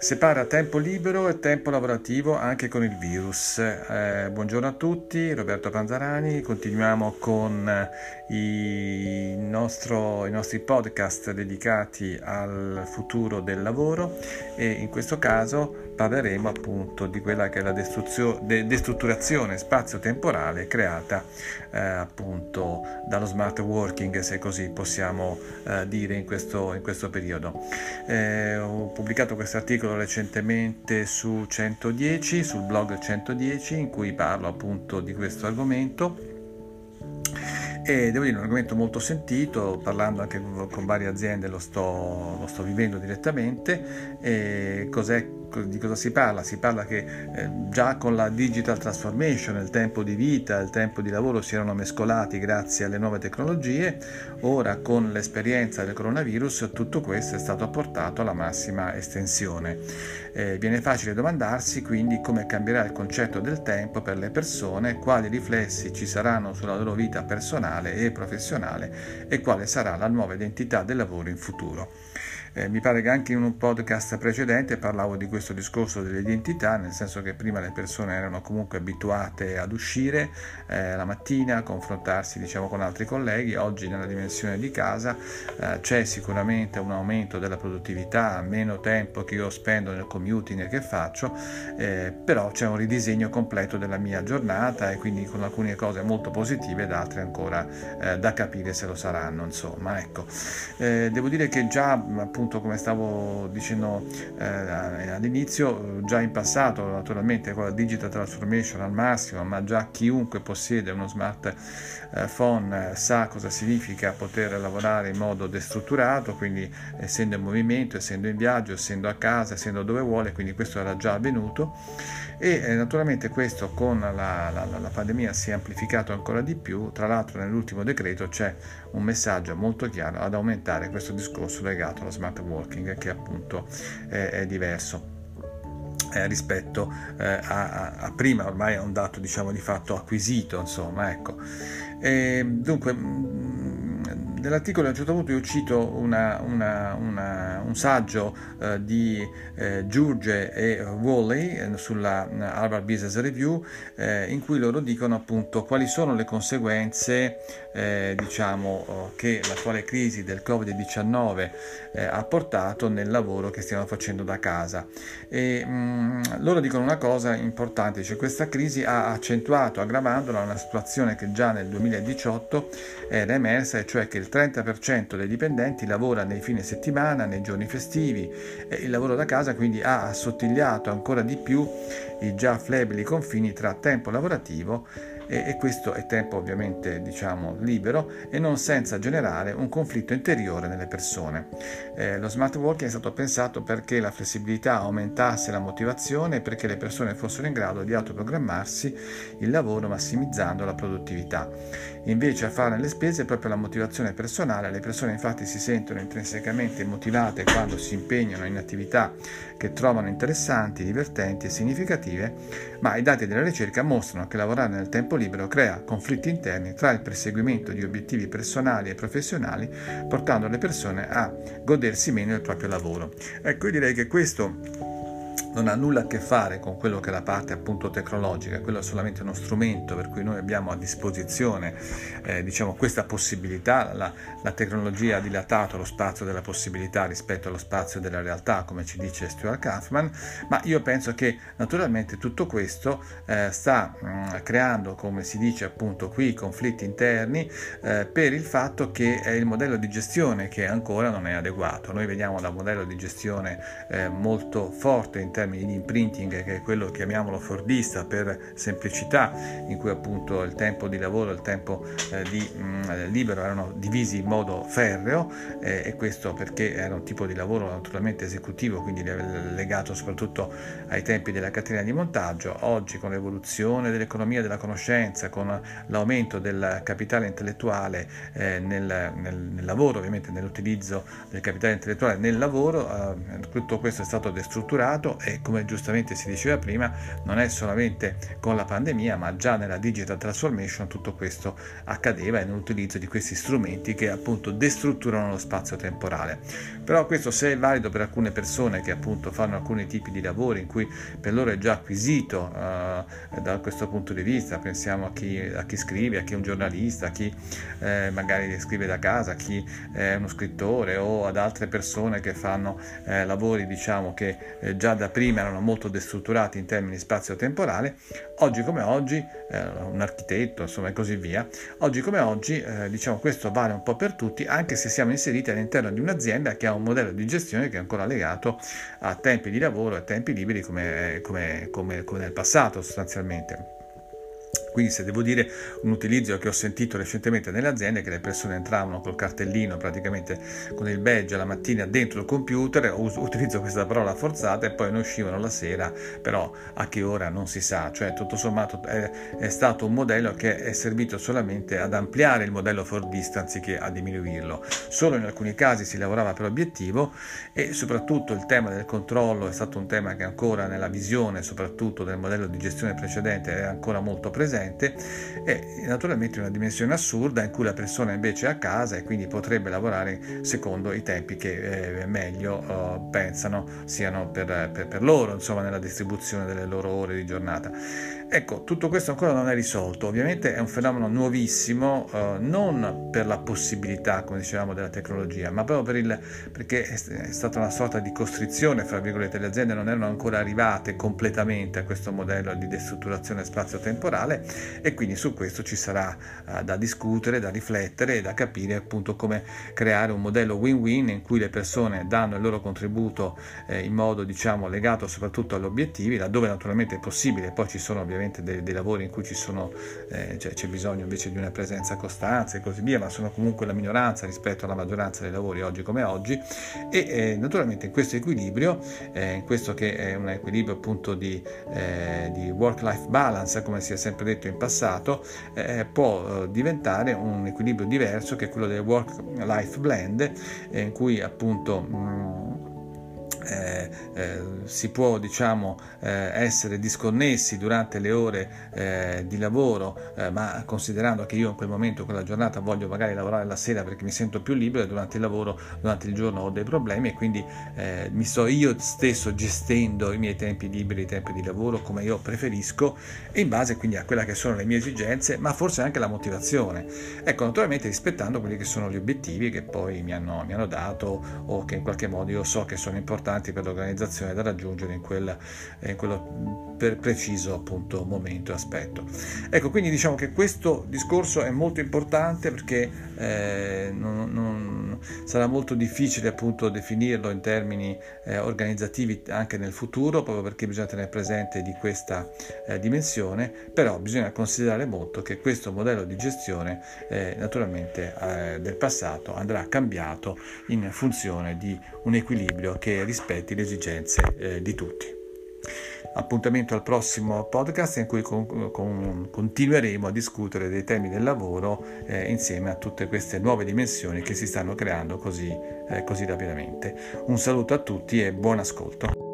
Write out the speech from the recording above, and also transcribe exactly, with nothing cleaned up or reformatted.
Separa tempo libero e tempo lavorativo anche con il virus. Eh, buongiorno a tutti, Roberto Panzarani. Continuiamo con i, nostro, i nostri podcast dedicati al futuro del lavoro e in questo caso parleremo appunto di quella che è la de- destrutturazione spazio-temporale creata eh, appunto dallo smart working, se così possiamo eh, dire in questo, in questo periodo. Eh, ho pubblicato questo articolo recentemente su centodieci, sul blog centodieci, in cui parlo appunto di questo argomento. E devo dire, un argomento molto sentito, parlando anche con varie aziende lo sto, lo sto vivendo direttamente. E cos'è, di cosa si parla? Si parla che eh, già con la digital transformation il tempo di vita e il tempo di lavoro si erano mescolati grazie alle nuove tecnologie. Ora con l'esperienza del coronavirus tutto questo è stato portato alla massima estensione. Eh, viene facile domandarsi quindi come cambierà il concetto del tempo per le persone, quali riflessi ci saranno sulla loro vita personale e professionale e quale sarà la nuova identità del lavoro in futuro. Eh, mi pare che anche in un podcast precedente parlavo di questo discorso dell'identità, nel senso che prima le persone erano comunque abituate ad uscire eh, la mattina, a confrontarsi diciamo con altri colleghi. Oggi nella dimensione di casa eh, c'è sicuramente un aumento della produttività, meno tempo che io spendo nel commuting che faccio, eh, però c'è un ridisegno completo della mia giornata e quindi con alcune cose molto positive ed altre ancora eh, da capire se lo saranno, insomma, ecco. Eh, devo dire che già appunto come stavo dicendo eh, all'inizio, già in passato naturalmente con la digital transformation al massimo, ma già chiunque possiede uno smartphone eh, sa cosa significa poter lavorare in modo destrutturato, quindi essendo in movimento, essendo in viaggio, essendo a casa, essendo dove vuole, quindi questo era già avvenuto e eh, naturalmente questo con la, la, la pandemia si è amplificato ancora di più. Tra l'altro nell'ultimo decreto c'è un messaggio molto chiaro ad aumentare questo discorso legato allo smart working, che appunto è, è diverso eh, rispetto eh, a, a, a prima. Ormai è un dato diciamo di fatto acquisito, insomma, ecco. E, dunque nell'articolo a un certo punto io cito una, una, una, un saggio eh, di eh, George e Woolley eh, sulla Harvard Business Review eh, in cui loro dicono appunto quali sono le conseguenze eh, diciamo che l'attuale crisi del covid diciannove eh, ha portato nel lavoro che stiamo facendo da casa. E mh, loro dicono una cosa importante, cioè questa crisi ha accentuato, aggravandola, una situazione che già nel duemiladiciotto era emersa, e cioè che il trenta per cento dei dipendenti lavora nei fine settimana, nei giorni festivi, e il lavoro da casa quindi ha assottigliato ancora di più i già flebili confini tra tempo lavorativo e, e questo è tempo ovviamente diciamo libero, e non senza generare un conflitto interiore nelle persone. Eh, lo smart working è stato pensato perché la flessibilità aumentasse la motivazione e perché le persone fossero in grado di autoprogrammarsi il lavoro massimizzando la produttività. Invece a fare le spese è proprio la motivazione personale. Le persone infatti si sentono intrinsecamente motivate quando si impegnano in attività che trovano interessanti, divertenti e significative, ma i dati della ricerca mostrano che lavorare nel tempo libero crea conflitti interni tra il perseguimento di obiettivi personali e professionali, portando le persone a godersi meno il proprio lavoro. Ecco, io direi che questo non ha nulla a che fare con quello che è la parte appunto tecnologica, quello è solamente uno strumento per cui noi abbiamo a disposizione eh, diciamo questa possibilità. La, la tecnologia ha dilatato lo spazio della possibilità rispetto allo spazio della realtà, come ci dice Stuart Kaufman, ma io penso che naturalmente tutto questo eh, sta mh, creando, come si dice appunto qui, conflitti interni eh, per il fatto che è il modello di gestione che ancora non è adeguato. Noi vediamo da un modello di gestione eh, molto forte in termini di imprinting, che è quello, chiamiamolo fordista per semplicità, in cui appunto il tempo di lavoro e il tempo eh, di, mh, libero erano divisi in modo ferreo eh, e questo perché era un tipo di lavoro naturalmente esecutivo, quindi legato soprattutto ai tempi della catena di montaggio. Oggi con l'evoluzione dell'economia della conoscenza, con l'aumento del capitale intellettuale eh, nel, nel, nel lavoro, ovviamente nell'utilizzo del capitale intellettuale nel lavoro, eh, tutto questo è stato destrutturato e e come giustamente si diceva prima, non è solamente con la pandemia, ma già nella digital transformation tutto questo accadeva e nell'utilizzo di questi strumenti che appunto destrutturano lo spazio temporale. Però questo, se è valido per alcune persone che appunto fanno alcuni tipi di lavori in cui per loro è già acquisito uh, da questo punto di vista, pensiamo a chi, a chi scrive, a chi è un giornalista, a chi eh, magari scrive da casa, a chi è uno scrittore, o ad altre persone che fanno eh, lavori diciamo che eh, già da prima erano molto destrutturati in termini spazio-temporale, oggi come oggi, eh, un architetto insomma e così via, oggi come oggi eh, diciamo questo vale un po' per tutti, anche se siamo inseriti all'interno di un'azienda che ha un modello di gestione che è ancora legato a tempi di lavoro e tempi liberi come, come, come, come nel passato sostanzialmente. Quindi, se devo dire un utilizzo che ho sentito recentemente nelle aziende, è che le persone entravano col cartellino, praticamente con il badge la mattina dentro il computer, utilizzo questa parola forzata, e poi ne uscivano la sera, però a che ora non si sa, cioè tutto sommato è, è stato un modello che è servito solamente ad ampliare il modello Fordista anziché a diminuirlo. Solo in alcuni casi si lavorava per obiettivo, e soprattutto il tema del controllo è stato un tema che ancora nella visione soprattutto del modello di gestione precedente è ancora molto presente, e naturalmente una dimensione assurda in cui la persona invece è a casa e quindi potrebbe lavorare secondo i tempi che eh, meglio eh, pensano siano per, per, per loro, insomma, nella distribuzione delle loro ore di giornata. Ecco, tutto questo ancora non è risolto, ovviamente è un fenomeno nuovissimo, eh, non per la possibilità, come dicevamo, della tecnologia, ma proprio per il, perché è, è stata una sorta di costrizione, fra virgolette. Le aziende non erano ancora arrivate completamente a questo modello di destrutturazione spazio-temporale, e quindi su questo ci sarà uh, da discutere, da riflettere e da capire appunto come creare un modello win-win in cui le persone danno il loro contributo eh, in modo diciamo legato soprattutto agli obiettivi, laddove naturalmente è possibile. Poi ci sono ovviamente dei, dei lavori in cui ci sono, eh, cioè, c'è bisogno invece di una presenza costante e così via, ma sono comunque la minoranza rispetto alla maggioranza dei lavori oggi come oggi, e eh, naturalmente in questo equilibrio, eh, in questo che è un equilibrio appunto di, eh, di work-life balance, come si è sempre detto in passato, eh, può eh, diventare un equilibrio diverso, che è quello del work-life blend, eh, in cui appunto mh, Eh, eh, si può diciamo eh, essere disconnessi durante le ore eh, di lavoro, eh, ma considerando che io in quel momento, quella giornata, voglio magari lavorare la sera perché mi sento più libero, e durante il lavoro, durante il giorno ho dei problemi, e quindi eh, mi sto io stesso gestendo i miei tempi liberi, i tempi di lavoro come io preferisco, e in base quindi a quella che sono le mie esigenze, ma forse anche la motivazione, ecco, naturalmente rispettando quelli che sono gli obiettivi che poi mi hanno, mi hanno dato, o che in qualche modo io so che sono importanti per l'organizzazione da raggiungere in, quel, in quello per preciso appunto momento e aspetto. Ecco, quindi diciamo che questo discorso è molto importante, perché eh, non, non, sarà molto difficile appunto definirlo in termini eh, organizzativi anche nel futuro, proprio perché bisogna tenere presente di questa eh, dimensione, però bisogna considerare molto che questo modello di gestione eh, naturalmente eh, del passato andrà cambiato in funzione di un equilibrio che rispetti le esigenze eh, di tutti. Appuntamento al prossimo podcast, in cui con, con, continueremo a discutere dei temi del lavoro eh, insieme a tutte queste nuove dimensioni che si stanno creando così, eh, così rapidamente. Un saluto a tutti e buon ascolto.